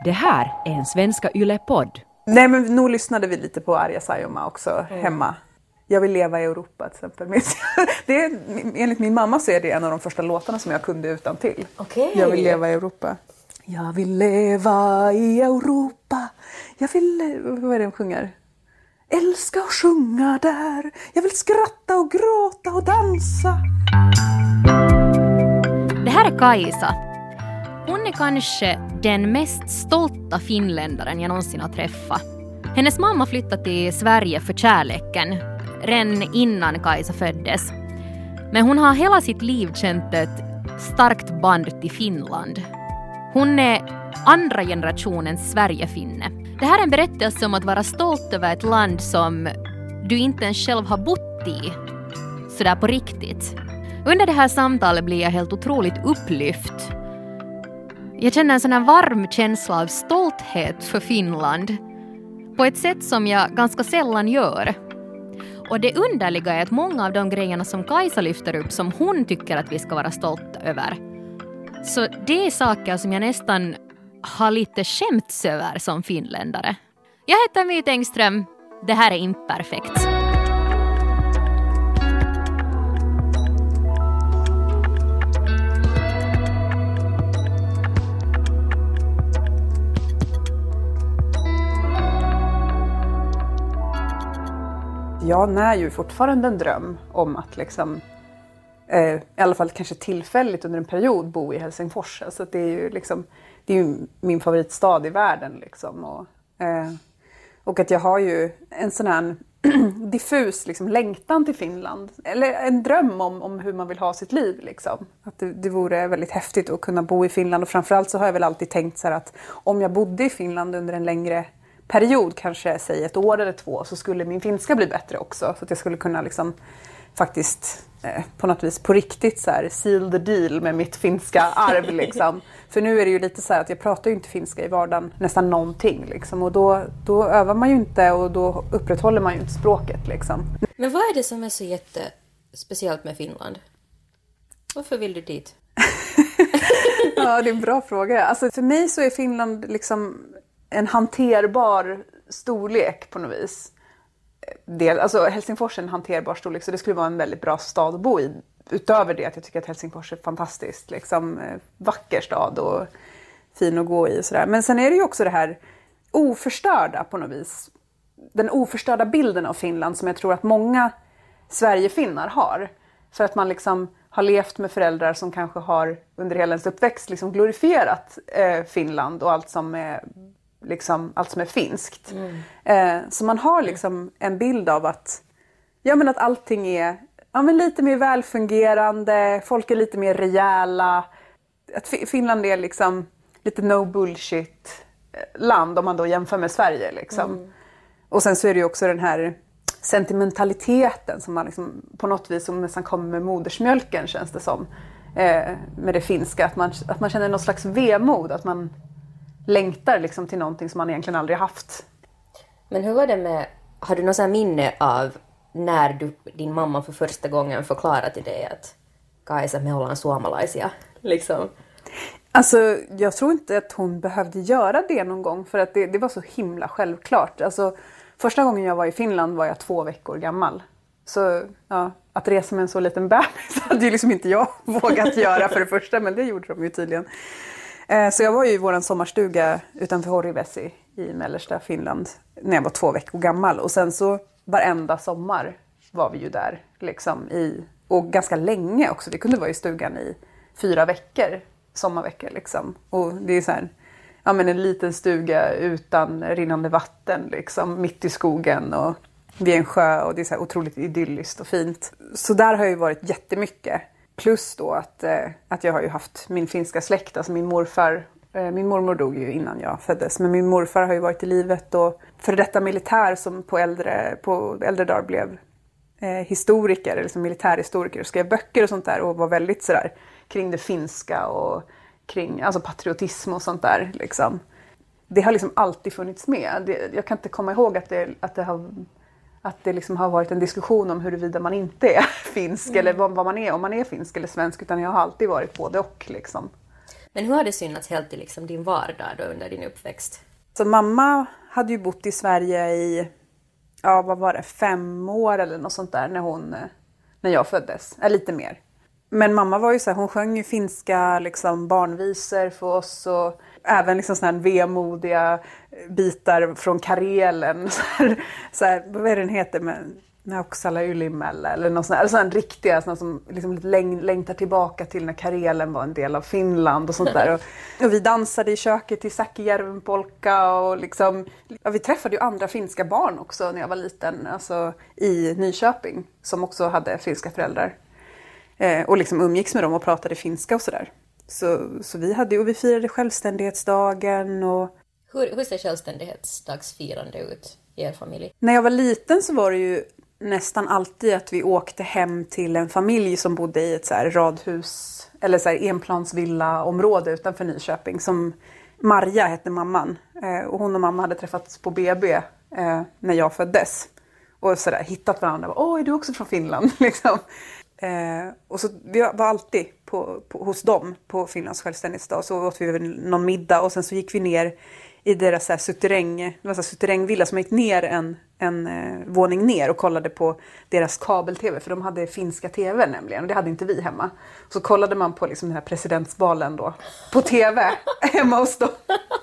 Det här är en Svenska Yle-podd. Nej, men nu lyssnade vi lite på Arja Saijonmaa också hemma. Jag vill leva i Europa till exempel. Det är, enligt min mamma så är det en av de första låtarna som jag kunde utan till. Okay. Jag vill leva i Europa. Jag vill leva i Europa. Jag vill, vad är det de sjunger? Älska och sjunga där. Jag vill skratta och gråta och dansa. Det här är Kajsa. Hon är kanske den mest stolta finländaren jag någonsin har träffat. Hennes mamma flyttade till Sverige för kärleken, redan innan Kajsa föddes. Men hon har hela sitt liv känt ett starkt band till Finland. Hon är andra generationens Sverigefinne. Det här är en berättelse om att vara stolt över ett land som du inte ens själv har bott i, sådär på riktigt. Under det här samtalet blir jag helt otroligt upplyft. Jag känner en sån här varm känsla av stolthet för Finland på ett sätt som jag ganska sällan gör. Och det underliga är att många av de grejerna som Kajsa lyfter upp som hon tycker att vi ska vara stolta över, så det är saker som jag nästan har lite skämts över som finländare. Jag heter Myt Engström. Det här är Imperfekt. Jag när ju fortfarande en dröm om att liksom, i alla fall kanske tillfälligt under en period bo i Helsingfors. Alltså det är ju liksom, det är ju min favoritstad i världen liksom. Och att jag har ju en sån här diffus liksom längtan till Finland. Eller en dröm om hur man vill ha sitt liv liksom. Att det vore väldigt häftigt att kunna bo i Finland. Och framförallt så har jag väl alltid tänkt så här att om jag bodde i Finland under en längre period, kanske säg 1 år eller 2, så skulle min finska bli bättre också. Så att jag skulle kunna liksom faktiskt på något vis på riktigt så här seal the deal med mitt finska arv liksom. För nu är det ju lite så här att jag pratar ju inte finska i vardagen nästan någonting liksom. Och då övar man ju inte och då upprätthåller man ju inte språket liksom. Men vad är det som är så jättespeciellt med Finland? Varför vill du dit? Ja, det är en bra fråga. Alltså för mig så är Finland liksom en hanterbar storlek på något vis. Alltså Helsingfors är en hanterbar storlek, så det skulle vara en väldigt bra stad att bo i. Utöver det att jag tycker att Helsingfors är fantastiskt. Liksom, vacker stad och fin att gå i. Och sådär. Men sen är det ju också det här oförstörda på något vis. Den oförstörda bilden av Finland som jag tror att många Sverigefinnar har. För att man liksom har levt med föräldrar som kanske har under hela ens uppväxt liksom glorifierat Finland och allt som är liksom allt som är finskt. Så man har liksom en bild av att att allting är lite mer välfungerande, folk är lite mer rejäla, att Finland är liksom lite no bullshit land om man då jämför med Sverige liksom. Och sen så är det ju också den här sentimentaliteten som man liksom på något vis som nästan kommer med modersmjölken, känns det som, med det finska, att man känner någon slags vemod, att man längtar liksom till någonting som man egentligen aldrig haft. Men hur var det med, har du något sån minne av när din mamma för första gången förklarade till dig att Kajsa me ollaan suomalaisia liksom? Alltså jag tror inte att hon behövde göra det någon gång, för att det var så himla självklart. Alltså första gången jag var i Finland var jag 2 veckor gammal. Så ja, att resa med en så liten bebis hade ju liksom inte jag vågat göra för det första, men det gjorde de ju tydligen. Så jag var ju i våran sommarstuga utanför Horivesi i mellersta Finland när jag var 2 veckor gammal. Och sen så varenda sommar var vi ju där liksom och ganska länge också. Vi kunde vara i stugan i 4 veckor, sommarveckor liksom. Och det är så här, en liten stuga utan rinnande vatten liksom, mitt i skogen och vid en sjö, och det är så här otroligt idylliskt och fint. Så där har jag ju varit jättemycket. Plus då att jag har ju haft min finska släkt, alltså min morfar. Min mormor dog ju innan jag föddes, men min morfar har ju varit i livet, och för detta militär som på äldre dagar blev historiker, liksom militärhistoriker, och skrev böcker och sånt där, och var väldigt sådär kring det finska och kring alltså patriotism och sånt där liksom. Det har liksom alltid funnits med. Jag kan inte komma ihåg att det liksom har varit en diskussion om huruvida man inte är finsk eller vad man är, om man är finsk eller svensk, utan jag har alltid varit både och liksom. Men hur har det synats helt i liksom din vardag då under din uppväxt? Så mamma hade ju bott i Sverige i, ja vad var det, 5 år eller något sånt där när jag föddes. Lite mer. Men mamma var ju så här, hon sjöng ju finska liksom barnvisor för oss och även liksom såna här vemodiga bitar från Karelen. Så här, vad är den heter med Oksala Ylimmällä eller något sånt där. Sådana riktiga såna som liksom lite längtar tillbaka till när Karelen var en del av Finland och sånt där. Och vi dansade i köket till Säkkijärven polka och liksom, ja, vi träffade ju andra finska barn också när jag var liten, alltså i Nyköping som också hade finska föräldrar. Och liksom umgicks med dem och pratade finska och sådär. Så vi firade självständighetsdagen och... Hur ser självständighetsdagsfirande ut i er familj? När jag var liten så var det ju nästan alltid att vi åkte hem till en familj som bodde i ett så här radhus eller så här enplansvilla-område utanför Nyköping. Som Marja hette mamman. Och hon och mamma hade träffats på BB när jag föddes. Och så där, hittat varandra. Åh, är du också från Finland? Liksom. Och så vi var alltid hos dem på Finlands självständighetsdag. Så åt vi någon middag och sen så gick vi ner i deras suterrängvilla som gick ner en våning ner och kollade på deras kabel-tv. För de hade finska tv nämligen och det hade inte vi hemma. Så kollade man på liksom den här presidentsvalen då på tv hemma hos dem.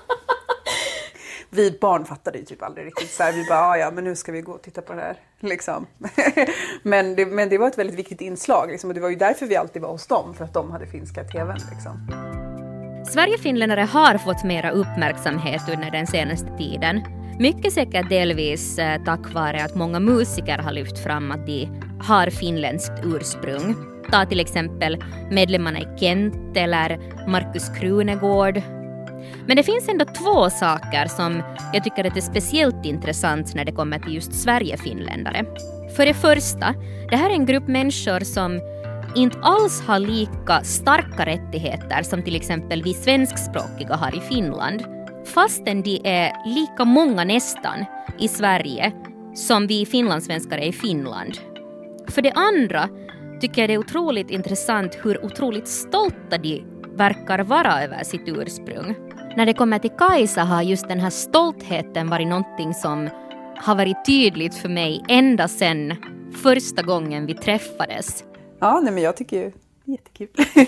Vi barn fattade ju typ aldrig riktigt så här. Vi bara, ja men nu ska vi gå och titta på det här. Liksom. men det var ett väldigt viktigt inslag. Liksom. Och det var ju därför vi alltid var hos dem. För att de hade finska tvn. Liksom. Sverigefinländare har fått mera uppmärksamhet under den senaste tiden. Mycket säkert delvis tack vare att många musiker har lyft fram att de har finländskt ursprung. Ta till exempel medlemmarna i Kent eller Markus Krunegård. Men det finns ändå 2 saker som jag tycker är speciellt intressant när det kommer till just Sverigefinländare. För det första, det här är en grupp människor som inte alls har lika starka rättigheter som till exempel vi svenskspråkiga har i Finland. Fastän de är lika många nästan i Sverige som vi finlandssvenskar är i Finland. För det andra tycker jag det är otroligt intressant hur otroligt stolta de verkar vara över sitt ursprung. När det kommer till Kaisa har just den här stoltheten varit någonting som har varit tydligt för mig ända sedan första gången vi träffades. Ja, nej, men jag tycker ju jättekul.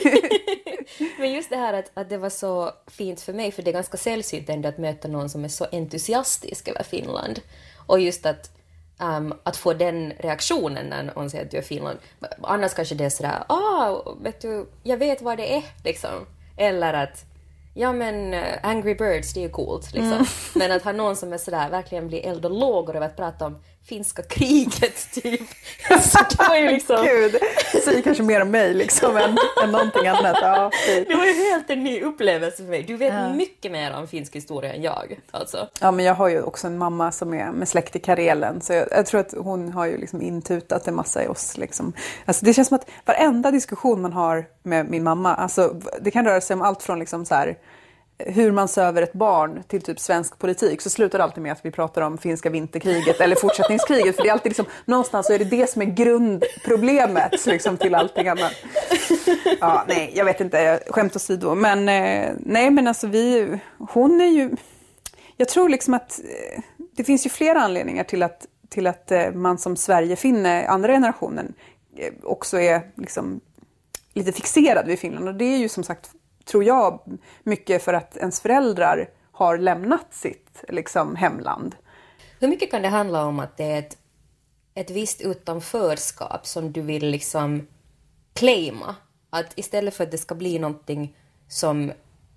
Men just det här att det var så fint för mig, för det är ganska sällsynt ändå att möta någon som är så entusiastisk över Finland. Och just att få den reaktionen när någon säger att du är Finland. Annars kanske det är sådär, vet du, jag vet vad det är, liksom. Eller att, ja men Angry Birds, det är ju coolt, liksom. Men att ha någon som är sådär, verkligen blir eld och lågor över att prata om finska kriget, typ. Så det var ju liksom... Gud, säger kanske mer om mig liksom än någonting annat. Ja, det var ju helt en ny upplevelse för mig. Du vet mycket mer om finsk historia än jag, alltså. Ja, men jag har ju också en mamma som är med släkt i Karelen. Så jag tror att hon har ju liksom intutat en massa i oss. Liksom. Alltså, det känns som att varenda diskussion man har med min mamma, alltså, det kan röra sig om allt från liksom så här, hur man söver ett barn till typ svensk politik, så slutar det alltid med att vi pratar om finska vinterkriget eller fortsättningskriget, för det är alltid liksom, någonstans så är det som är grundproblemet liksom, till allting annat. Ja, nej, jag vet inte, skämt åsido, men nej, men alltså hon är ju, jag tror liksom att det finns ju flera anledningar till att man som Sverigefinne, andra generationen, också är liksom lite fixerad vid Finland, och det är ju som sagt, tror jag, mycket för att ens föräldrar har lämnat sitt liksom, hemland. Hur mycket kan det handla om att det är ett visst utanförskap som du vill liksom claima? Att istället för att det ska bli någonting som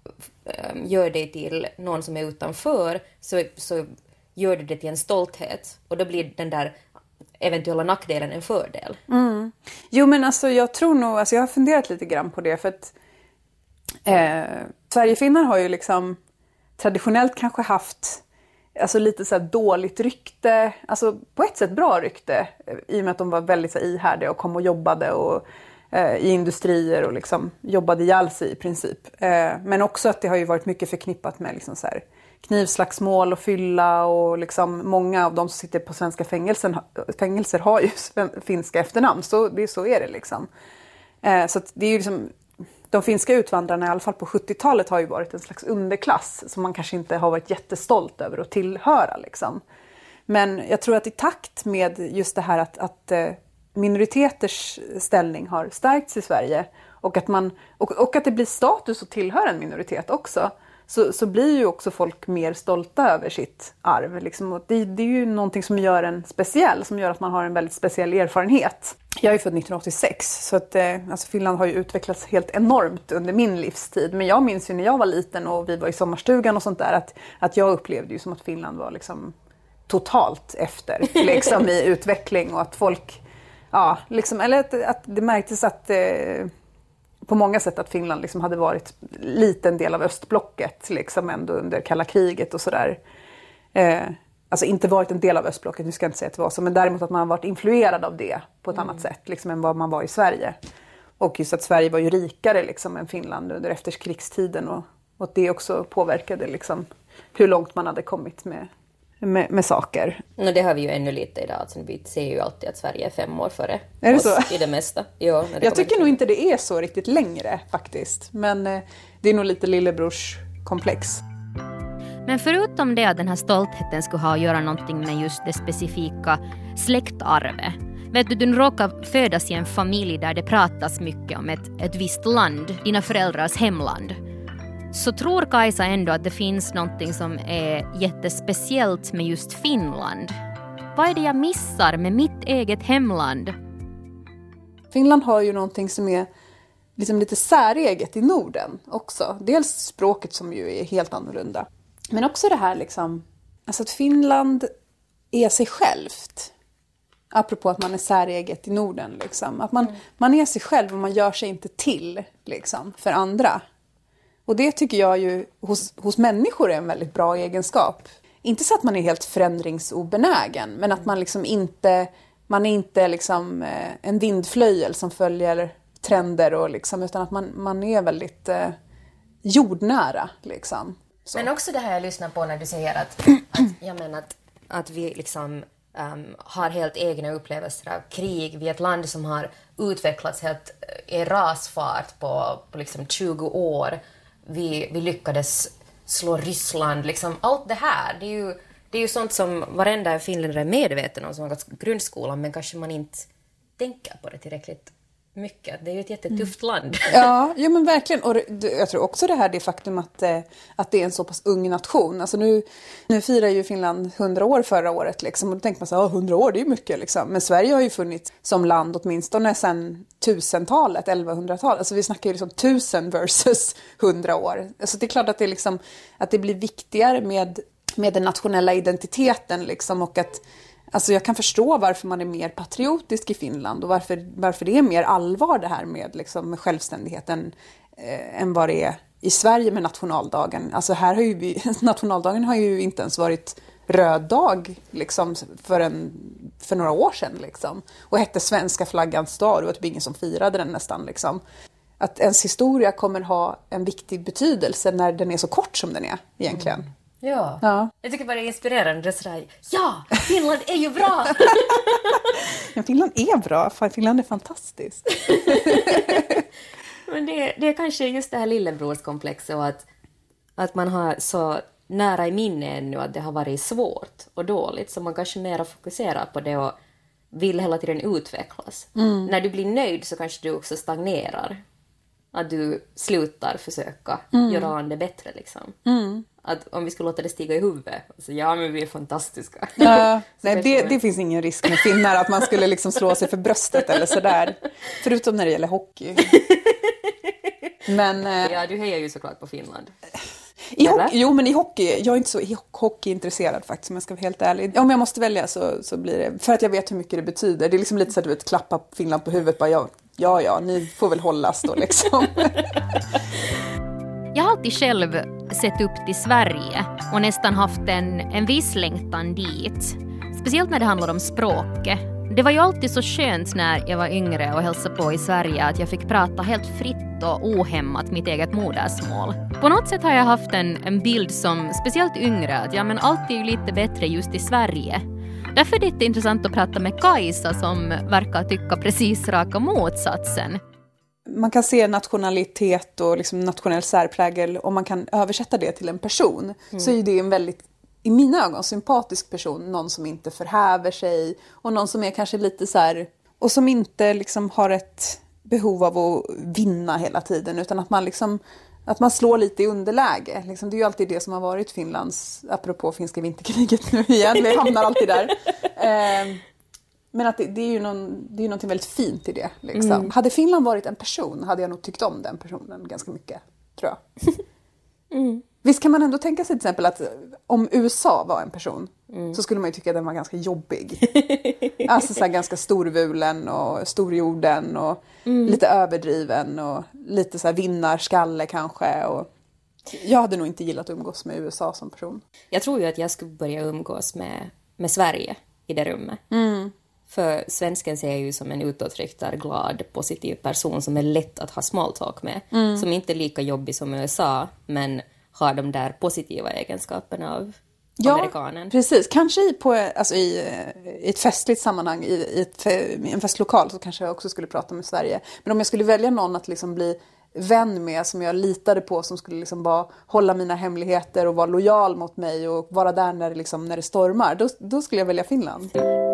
gör dig till någon som är utanför, så gör du det till en stolthet. Och då blir den där eventuella nackdelen en fördel. Mm. Jo, men alltså jag tror nog, alltså jag har funderat lite grann på det, för att Sverigefinnar har ju liksom traditionellt kanske haft alltså lite så här dåligt rykte, alltså på ett sätt bra rykte, i och med att de var väldigt så här ihärdiga och kom och jobbade och i industrier och liksom jobbade ihjäl sig i princip. Men också att det har ju varit mycket förknippat med liksom så här knivslagsmål och fylla, och liksom många av de som sitter på svenska fängelser har ju finska efternamn, så är det liksom. Så att det är ju liksom, de finska utvandrarna, i alla fall på 70-talet, har ju varit en slags underklass som man kanske inte har varit jättestolt över att tillhöra. Liksom. Men jag tror att i takt med just det här att minoriteters ställning har stärkts i Sverige och att det blir status att tillhöra en minoritet också, så blir ju också folk mer stolta över sitt arv. Liksom. Och det är ju någonting som gör en speciell, som gör att man har en väldigt speciell erfarenhet. Jag är född 1986, så att, alltså Finland har ju utvecklats helt enormt under min livstid. Men jag minns ju när jag var liten och vi var i sommarstugan och sånt där, att jag upplevde ju som att Finland var liksom totalt efter liksom, i utveckling, och att folk, ja, liksom, eller att det märktes att på många sätt att Finland liksom hade varit liten del av östblocket liksom ändå under kalla kriget och sådär. Alltså inte varit en del av östblocket, nu ska jag inte säga att det var så, men däremot att man har varit influerad av det på ett annat sätt liksom, än vad man var i Sverige. Och just att Sverige var ju rikare liksom, än Finland under efterkrigstiden, och att det också påverkade liksom, hur långt man hade kommit med saker. No, det har vi ju ännu lite idag. Alltså, vi ser ju alltid att Sverige är 5 år före är det oss så? I det mesta. Jo, jag tycker nog inte det är så riktigt längre faktiskt. Men det är nog lite lillebrorskomplex. Men förutom det att den här stoltheten skulle ha att göra någonting med just det specifika släktarvet. Vet du råkar födas i en familj där det pratas mycket om ett visst land, dina föräldrars hemland. Så tror Kajsa ändå att det finns någonting som är jättespeciellt med just Finland. Vad är det jag missar med mitt eget hemland? Finland har ju någonting som är liksom lite säreget i Norden också. Dels språket som ju är helt annorlunda. Men också det här liksom, alltså att Finland är sig självt. Apropå att man är säreget i Norden liksom. Att man är sig själv och man gör sig inte till liksom, för andra. Och det tycker jag ju hos människor är en väldigt bra egenskap. Inte så att man är helt förändringsobenägen, men att man liksom man är inte liksom en vindflöjel som följer trender och liksom, utan att man är väldigt jordnära liksom. Så. Men också det här jag lyssnar på när du säger att vi liksom har helt egna upplevelser av krig. Vi är ett land som har utvecklats helt i rasfart på liksom 20 år. Vi lyckades slå Ryssland, liksom allt det här. Det är ju sånt som varenda finländare är medveten om som har gått grundskolan, men kanske man inte tänker på det tillräckligt mycket. Det är ju ett jättetufft land. Ja, men verkligen. Och jag tror också det faktum att det är en så pass ung nation. Alltså nu firar ju Finland 100 år förra året. Liksom, och då tänker man så här, 100 år, det är ju mycket. Liksom. Men Sverige har ju funnits som land åtminstone sedan 1000-talet, 1100-talet. Alltså vi snackar ju liksom 1000 versus 100 år. Alltså det är klart att det, liksom, att det blir viktigare med den nationella identiteten. Liksom, och att alltså jag kan förstå varför man är mer patriotisk i Finland och varför det är mer allvar det här med liksom självständigheten än vad det är i Sverige med nationaldagen. Alltså här har ju nationaldagen har ju inte ens varit röd dag liksom för några år sedan liksom. Och hette svenska flaggans dag, det var typ ingen som firade den nästan liksom. Att ens historia kommer ha en viktig betydelse när den är så kort som den är egentligen. Ja. Jag tycker bara det är inspirerande. Det är sådär, ja, Finland är ju bra! Ja, Finland är bra. Finland är fantastiskt. Men det är kanske just det här lillebrorskomplexet och att man har så nära i minne ännu att det har varit svårt och dåligt, så man kanske mer fokuserar på det och vill hela tiden utvecklas. När du blir nöjd så kanske du också stagnerar. Att du slutar försöka göra det bättre liksom. Att om vi skulle låta det stiga i huvudet, så ja, men vi är fantastiska. Ja, nej, det finns ingen risk med finnar att man skulle liksom slå sig för bröstet eller sådär. Förutom när det gäller hockey. Men, ja, du hejar ju såklart på Finland. Men i hockey, jag är inte så hockeyintresserad faktiskt, om jag ska vara helt ärlig. Om jag måste välja så blir det, för att jag vet hur mycket det betyder. Det är liksom lite så att du vet, klappa Finland på huvudet, bara ja, ni får väl hållas då liksom. Jag har alltid själv sett upp till Sverige och nästan haft en viss längtan dit. Speciellt när det handlar om språket. Det var ju alltid så skönt när jag var yngre och hälsade på i Sverige att jag fick prata helt fritt och ohämmat mitt eget modersmål. På något sätt har jag haft en bild som speciellt yngre att ja, men allt är ju lite bättre just i Sverige. Därför är det intressant att prata med Kajsa som verkar tycka precis raka motsatsen. man kan se nationalitet och liksom nationell särprägel, om man kan översätta det till en person, så är det en väldigt, i mina ögon, sympatisk person. Någon som inte förhäver sig och någon som är kanske lite så här, och som inte liksom har ett behov av att vinna hela tiden, utan att man liksom, att man slår lite i underläge. Liksom, det är ju alltid det som har varit Finlands, apropå finska vinterkriget nu igen, vi hamnar alltid där. Men att det är ju något väldigt fint i det. Liksom. Hade Finland varit en person hade jag nog tyckt om den personen ganska mycket, tror jag. Visst kan man ändå tänka sig till exempel att om USA var en person så skulle man ju tycka att den var ganska jobbig. Alltså så här ganska storvulen och storjorden och lite överdriven och lite så här vinnarskalle kanske. Och jag hade nog inte gillat att umgås med USA som person. Jag tror ju att jag skulle börja umgås med Sverige i det rummet. För svensken ser jag ju som en utåtriktad, glad, positiv person som är lätt att ha small talk med. Som inte är lika jobbig som USA, men har de där positiva egenskaperna av amerikanen. Ja, precis. Kanske i ett festligt sammanhang, i en festlokal, så kanske jag också skulle prata med Sverige. Men om jag skulle välja någon att liksom bli vän med, som jag litade på, som skulle liksom bara hålla mina hemligheter och vara lojal mot mig och vara där när det stormar, då skulle jag välja Finland.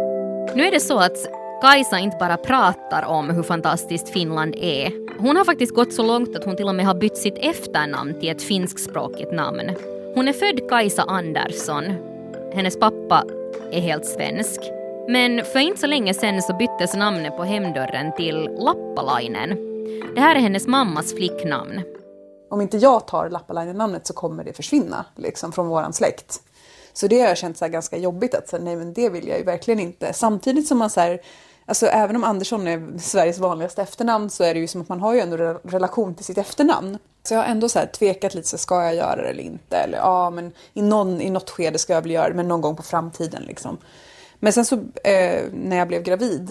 Nu är det så att Kaisa inte bara pratar om hur fantastiskt Finland är. Hon har faktiskt gått så långt att hon till och med har bytt sitt efternamn till ett finskspråkigt namn. Hon är född Kaisa Andersson. Hennes pappa är helt svensk. Men för inte så länge sedan så byttes namnet på hemdörren till Lappalainen. Det här är hennes mammas flicknamn. Om inte jag tar Lappalainen-namnet så kommer det försvinna liksom, från våran släkt. Så det har jag känt så här ganska jobbigt att säga, nej men det vill jag ju verkligen inte. Samtidigt som man så här, alltså även om Andersson är Sveriges vanligaste efternamn, så är det ju som att man har ju ändå relation till sitt efternamn. Så jag har ändå så här tvekat lite, så ska jag göra det eller inte? Eller ja, men i något skede ska jag väl göra det, men någon gång på framtiden liksom. Men sen så när jag blev gravid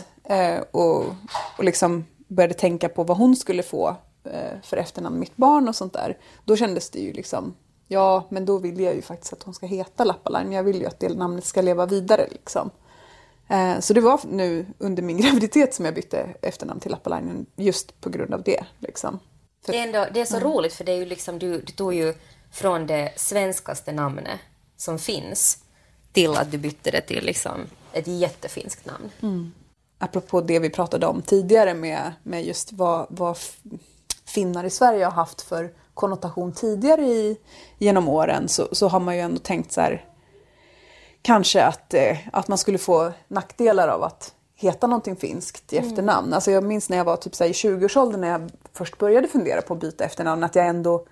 och liksom började tänka på vad hon skulle få för efternamn, mitt barn och sånt där, då kändes det ju liksom, ja, men då vill jag ju faktiskt att hon ska heta Lappalainen. Jag vill ju att det namnet ska leva vidare liksom. Så det var nu under min graviditet som jag bytte efternamn till Lappalainen, just på grund av det liksom. Det är så roligt, för det är ju liksom, du tog ju från det svenskaste namnet som finns till att du bytte det till liksom ett jättefinskt namn. Apropå det vi pratade om tidigare med just vad finnar i Sverige har haft för konnotation tidigare genom åren, så har man ju ändå tänkt så här, kanske att man skulle få nackdelar av att heta någonting finskt i efternamn. Alltså jag minns när jag var typ så här, i 20-årsåldern, när jag först började fundera på att byta efternamn, att jag ändå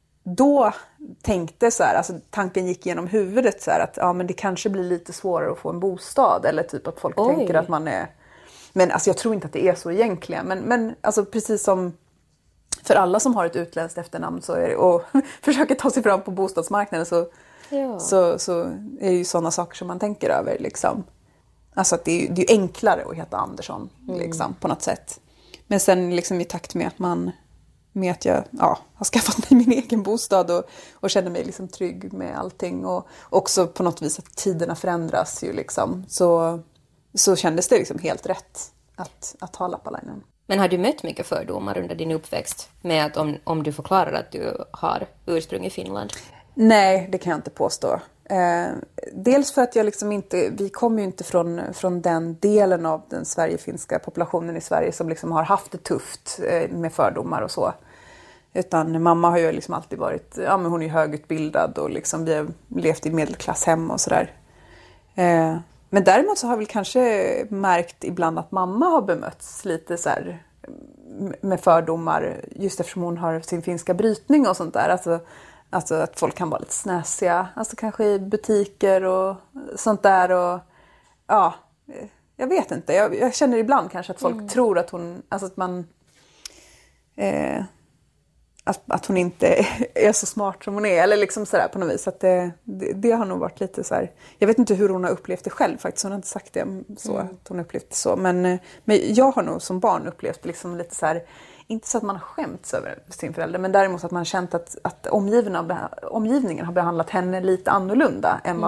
då tänkte så här, alltså tanken gick genom huvudet så här, att ja, men det kanske blir lite svårare att få en bostad, eller typ att folk tänker att man är, men alltså jag tror inte att det är så egentligen, men alltså precis som för alla som har ett utländskt efternamn så är det, och försöker ta sig fram på bostadsmarknaden, så är det ju sådana saker som man tänker över liksom. Alltså att det är ju enklare att heta Andersson liksom, på något sätt. Men sen liksom i takt med att jag har skaffat mig min egen bostad och känner mig liksom trygg med allting, och också på något vis att tiderna förändras ju liksom, så kändes det liksom helt rätt att ha Lappalainen. Men har du mött mycket fördomar under din uppväxt med att om du förklarar att du har ursprung i Finland? Nej, det kan jag inte påstå. Dels för att jag liksom vi kommer ju inte från den delen av den sverigefinska populationen i Sverige som liksom har haft det tufft med fördomar och så. Utan mamma har ju liksom alltid varit, men hon är högutbildad och liksom vi har levt i medelklasshem och sådär. Men däremot så har jag väl kanske märkt ibland att mamma har bemötts lite så här med fördomar, just eftersom hon har sin finska brytning och sånt där. Alltså att folk kan vara lite snäsiga, alltså kanske i butiker och sånt där, och ja, jag vet inte. Jag känner ibland kanske att folk tror att hon, alltså att man att hon inte är så smart som hon är, eller liksom sådär på något vis, att det har nog varit lite så här. Jag vet inte hur hon har upplevt det själv faktiskt, hon har inte sagt det så att hon har upplevt det så, men jag har nog som barn upplevt liksom lite så här, inte så att man har skämts över sin förälder, men däremot att man har känt att omgivningen har behandlat henne lite annorlunda än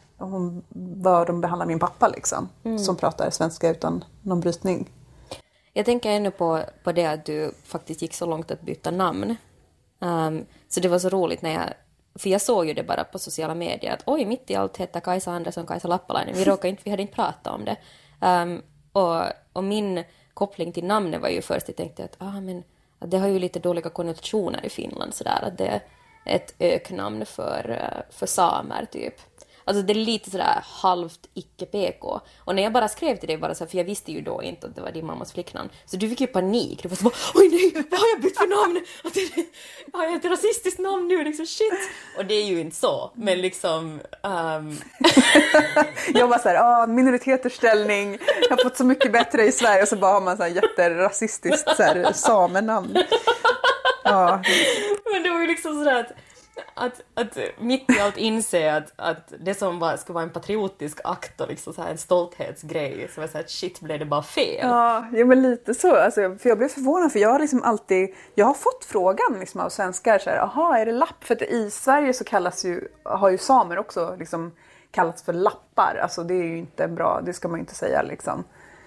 vad de behandlar min pappa liksom, som pratar svenska utan någon brytning. Jag tänker ännu på det att du faktiskt gick så långt att byta namn. Så det var så roligt för jag såg ju det bara på sociala medier att oj, mitt i allt heter Kajsa Andersson, Kajsa Lappalainen. Vi hade inte pratat om det. Och min koppling till namnet var ju först, jag tänkte att det har ju lite dåliga konnotationer i Finland sådär, att det är ett öknamn för samer typ. Alltså det är lite sådär halvt icke-PK. Och när jag bara skrev till dig bara så, för jag visste ju då inte att det var din mammas flicknamn. Så du fick ju panik. Du var så, oj nej, vad har jag bytt för namn? Har jag ett rasistiskt namn nu? Liksom, shit. Och det är ju inte så. Men liksom... Jag var såhär, minoriteters ställning. Jag har fått så mycket bättre i Sverige. Och så bara har man såhär jätterasistiskt såhär, samenamn. Ja. Men det var ju liksom sådär att mitt i allt inse att det som skulle vara en patriotisk akt och liksom så här en stolthetsgrej, så var så här, shit, blev det bara fel? Ja, men lite så. Alltså, för jag blev förvånad, för jag har liksom jag har fått frågan liksom av svenskar så här, aha, är det lapp? För att i Sverige så har ju samer också liksom kallats för lappar. Alltså det är ju inte bra, det ska man ju inte säga liksom.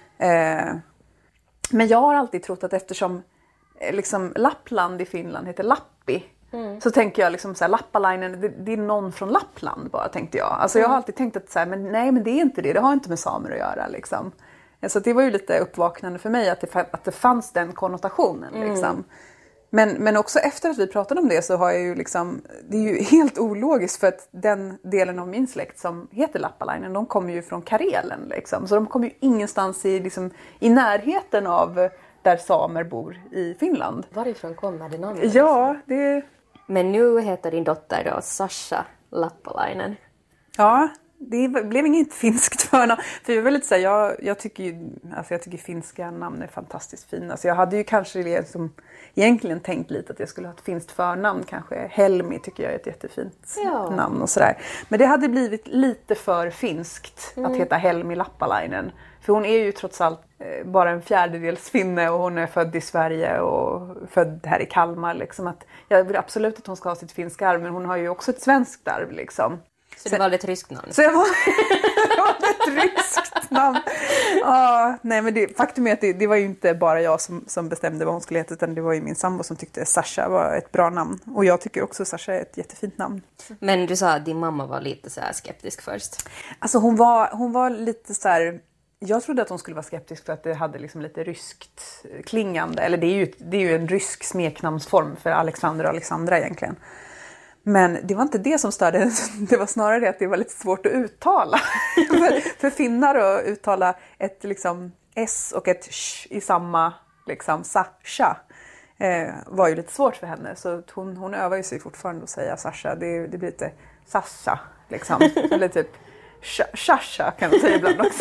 Men jag har alltid trott att eftersom liksom Lappland i Finland heter Lappi, så tänker jag liksom så här, Lappalainen, det är någon från Lappland bara, tänkte jag. Alltså jag har alltid tänkt att så här, men det är inte det har inte med samer att göra liksom. Så det var ju lite uppvaknande för mig att det fanns den konnotationen liksom. Men också efter att vi pratade om det så har jag ju liksom, det är ju helt ologiskt, för att den delen av min släkt som heter Lappalainen, de kommer ju från Karelen liksom. Så de kommer ju ingenstans i närheten av där samer bor i Finland. Varifrån kommer det namnet? Ja, det... Men nu heter din dotter då Sasha Lappalainen. Ja, det blev inget finskt förnamn. För jag är väldigt så här, jag tycker finska namn är fantastiskt fina. Så jag hade ju kanske liksom egentligen tänkt lite att jag skulle ha ett finskt förnamn. Kanske Helmi tycker jag är ett jättefint namn och sådär. Men det hade blivit lite för finskt att heta Helmi Lappalainen. För hon är ju trots allt bara en fjärdedels finne och hon är född i Sverige och född här i Kalmar. Liksom. Att jag vill absolut att hon ska ha sitt finska arv, men hon har ju också ett svenskt arv. Liksom. Så det var ett ryskt namn? Så jag var ett ryskt namn. Nej, men faktum är att det var ju inte bara jag som bestämde vad hon skulle heta, utan det var ju min sambo som tyckte Sasha var ett bra namn. Och jag tycker också Sasha är ett jättefint namn. Men du sa att din mamma var lite så här skeptisk först. Alltså hon var lite så här... Jag trodde att hon skulle vara skeptisk för att det hade liksom lite ryskt klingande. Eller det är ju en rysk smeknamnsform för Alexander och Alexandra egentligen. Men det var inte det som störde. Det var snarare det att det var lite svårt att uttala. för finnar att uttala ett liksom S och ett sh i samma liksom Sasha var ju lite svårt för henne. Så hon övar ju sig fortfarande att säga Sasha. Det blir lite Sasha liksom. Eller typ Sasha kan man säga ibland också.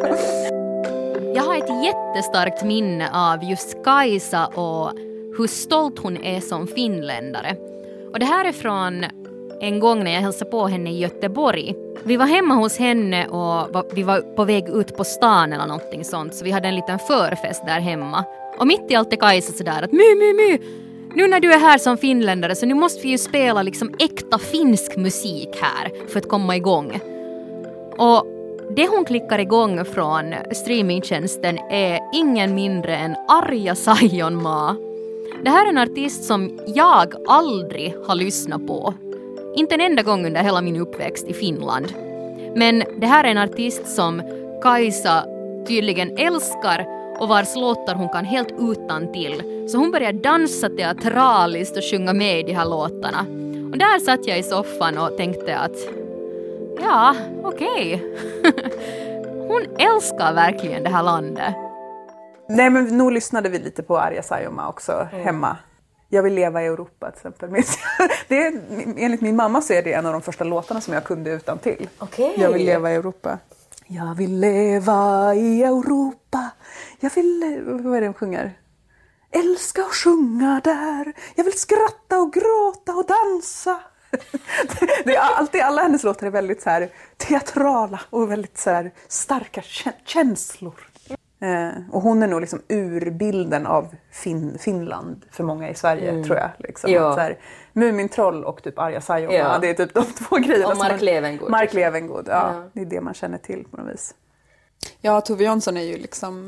Jag har ett jättestarkt minne av just Kajsa och hur stolt hon är som finländare. Och det här är från en gång när jag hälsade på henne i Göteborg. Vi var hemma hos henne och vi var på väg ut på stan eller någonting sånt. Så vi hade en liten förfest där hemma. Och mitt i allt är Kajsa sådär att my. Nu när du är här som finländare så nu måste vi ju spela liksom äkta finsk musik här för att komma igång. Och det hon klickar igång från streamingtjänsten är ingen mindre än Arja Saijonmaa. Det här är en artist som jag aldrig har lyssnat på. Inte en enda gång under hela min uppväxt i Finland. Men det här är en artist som Kajsa tydligen älskar och vars låtar hon kan helt utan till. Så hon börjar dansa teatraliskt och sjunga med i de här låtarna. Och där satt jag i soffan och tänkte att ja, okej. Hon älskar verkligen det här landet. Nej, men nog lyssnade vi lite på Arja Saijonmaa också hemma. Jag vill leva i Europa till exempel. Enligt min mamma så är det en av de första låtarna som jag kunde utan till. Okay. Jag vill leva i Europa. Jag vill leva i Europa. Jag vill, vad är det de sjunger? Älska och sjunga där. Jag vill skratta och gråta och dansa. Det är alltid, alla hennes låtar är väldigt så här teatrala och väldigt så här starka känslor. Och hon är nog liksom urbilden av Finland för många i Sverige, tror jag. Liksom. Ja. Så här, Mumintroll och typ Arja Saijonmaa, det är typ de två grejerna. Och Mark Levengood. Mark Levengood, ja. Det är det man känner till på något vis. Ja, Tove Jansson är ju liksom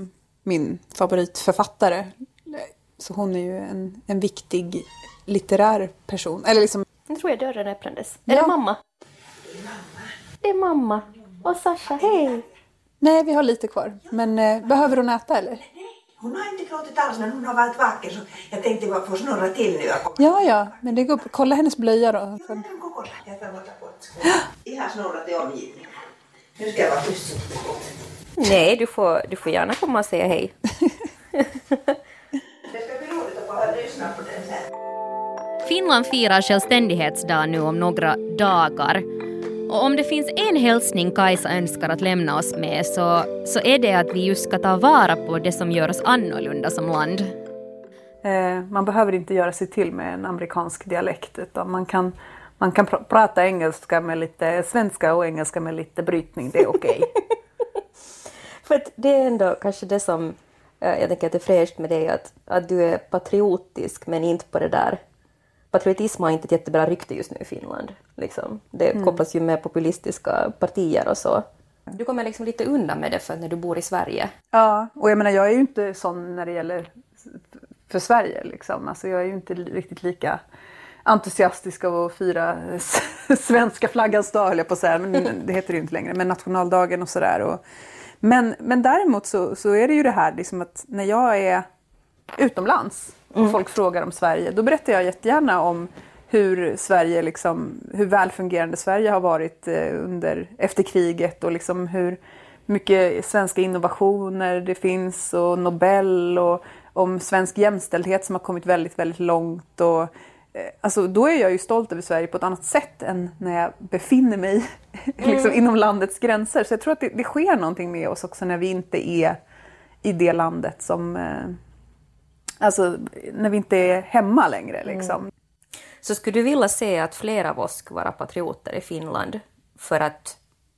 min favoritförfattare. Så hon är ju en viktig litterär person. Eller liksom... Jag tror jag dörren öppnades. Ja. Är det mamma? Det är mamma. Och Sasha, hej! Nej, vi har lite kvar. Men behöver hon äta eller? Hon har inte gråtit alls, men hon har varit vaken, så jag tänkte bara få snurra till nu. Ja, men det går. Kolla hennes blöja då. Ja, men kolla. Jag tar bort skål. Ihan snurrat i omgivningen. Nu ska jag vara tyst. Nej, du får gärna komma och säga hej. Det ska bli roligt att få lyssna på den sen. Finland firar självständighetsdag nu om några dagar. Och om det finns en hälsning Kajsa önskar att lämna oss med så är det att vi just ska ta vara på det som gör oss annorlunda som land. Man behöver inte göra sig till med en amerikansk dialekt, utan man kan prata engelska med lite svenska och engelska med lite brytning, det är okej. För att det är ändå kanske det som jag tänker att det är fräscht med dig, att du är patriotisk men inte på det där. Patriotism har inte ett jättebra rykte just nu i Finland. Liksom. Det kopplas ju med populistiska partier och så. Du kommer liksom lite undan med det för när du bor i Sverige. Ja, och jag menar jag är ju inte sån när det gäller för Sverige liksom. Alltså jag är ju inte riktigt lika entusiastisk av att fira svenska flaggans dag, höll jag på att säga. Men det heter det ju inte längre, men nationaldagen och sådär. Men däremot så är det ju det här liksom att när jag är utomlands och folk frågar om Sverige, då berättar jag jättegärna om hur Sverige liksom, hur välfungerande Sverige har varit efter kriget och liksom hur mycket svenska innovationer det finns och Nobel och om svensk jämställdhet som har kommit väldigt, väldigt långt och alltså då är jag ju stolt över Sverige på ett annat sätt än när jag befinner mig liksom inom landets gränser. Så jag tror att det sker någonting med oss också när vi inte är i det landet som alltså när vi inte är hemma längre liksom. Så skulle du vilja se att flera av oss skulle vara patrioter i Finland för att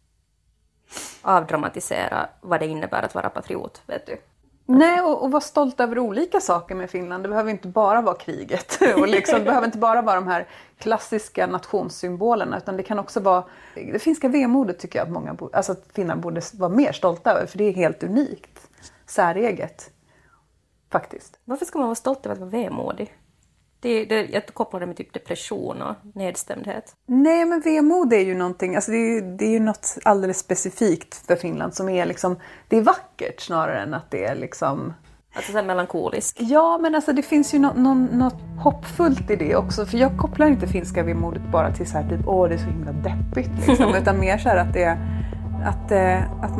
avdramatisera vad det innebär att vara patriot, vet du? Nej, och vara stolt över olika saker med Finland. Det behöver inte bara vara kriget. Och liksom, det behöver inte bara vara de här klassiska nationssymbolerna. Utan det kan också vara det finska vemodet tycker jag att många att finnar borde vara mer stolta över. För det är helt unikt. Säreget. Faktiskt. Varför ska man vara stolt över att vara vemodig? Jag kopplar det med typ depression och nedstämdhet. Nej, men vemod är ju någonting, alltså det är ju något alldeles specifikt för Finland som är liksom, det är vackert snarare än att det är liksom... Alltså så här melankoliskt. Ja, men alltså det finns ju något hoppfullt i det också, för jag kopplar inte finska vemodet bara till så här typ, det är så himla deppigt liksom, utan mer så här att det är att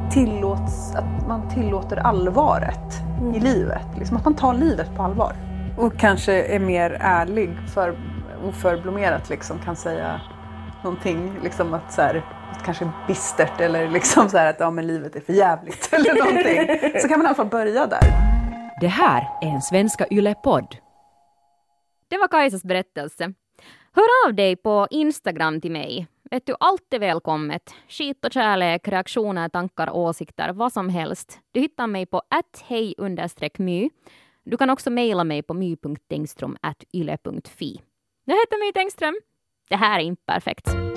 man tillåter allvaret i livet, liksom att man tar livet på allvar. Och kanske är mer ärlig oförblommerat liksom kan säga någonting liksom att så här, att kanske bistert eller liksom så här att men livet är för jävligt eller någonting. Så kan man i alla fall börja där. Det här är en Svenska Yle-podd. Det var Kajsas berättelse. Hör av dig på Instagram till mig. Vet du, allt är välkommet. Skit och kärlek, reaktioner, tankar, åsikter, vad som helst. Du hittar mig på @hej_my. Du kan också mejla mig på my.tengström@yle.fi. Jag heter My Tengström. Det här är Imperfekt.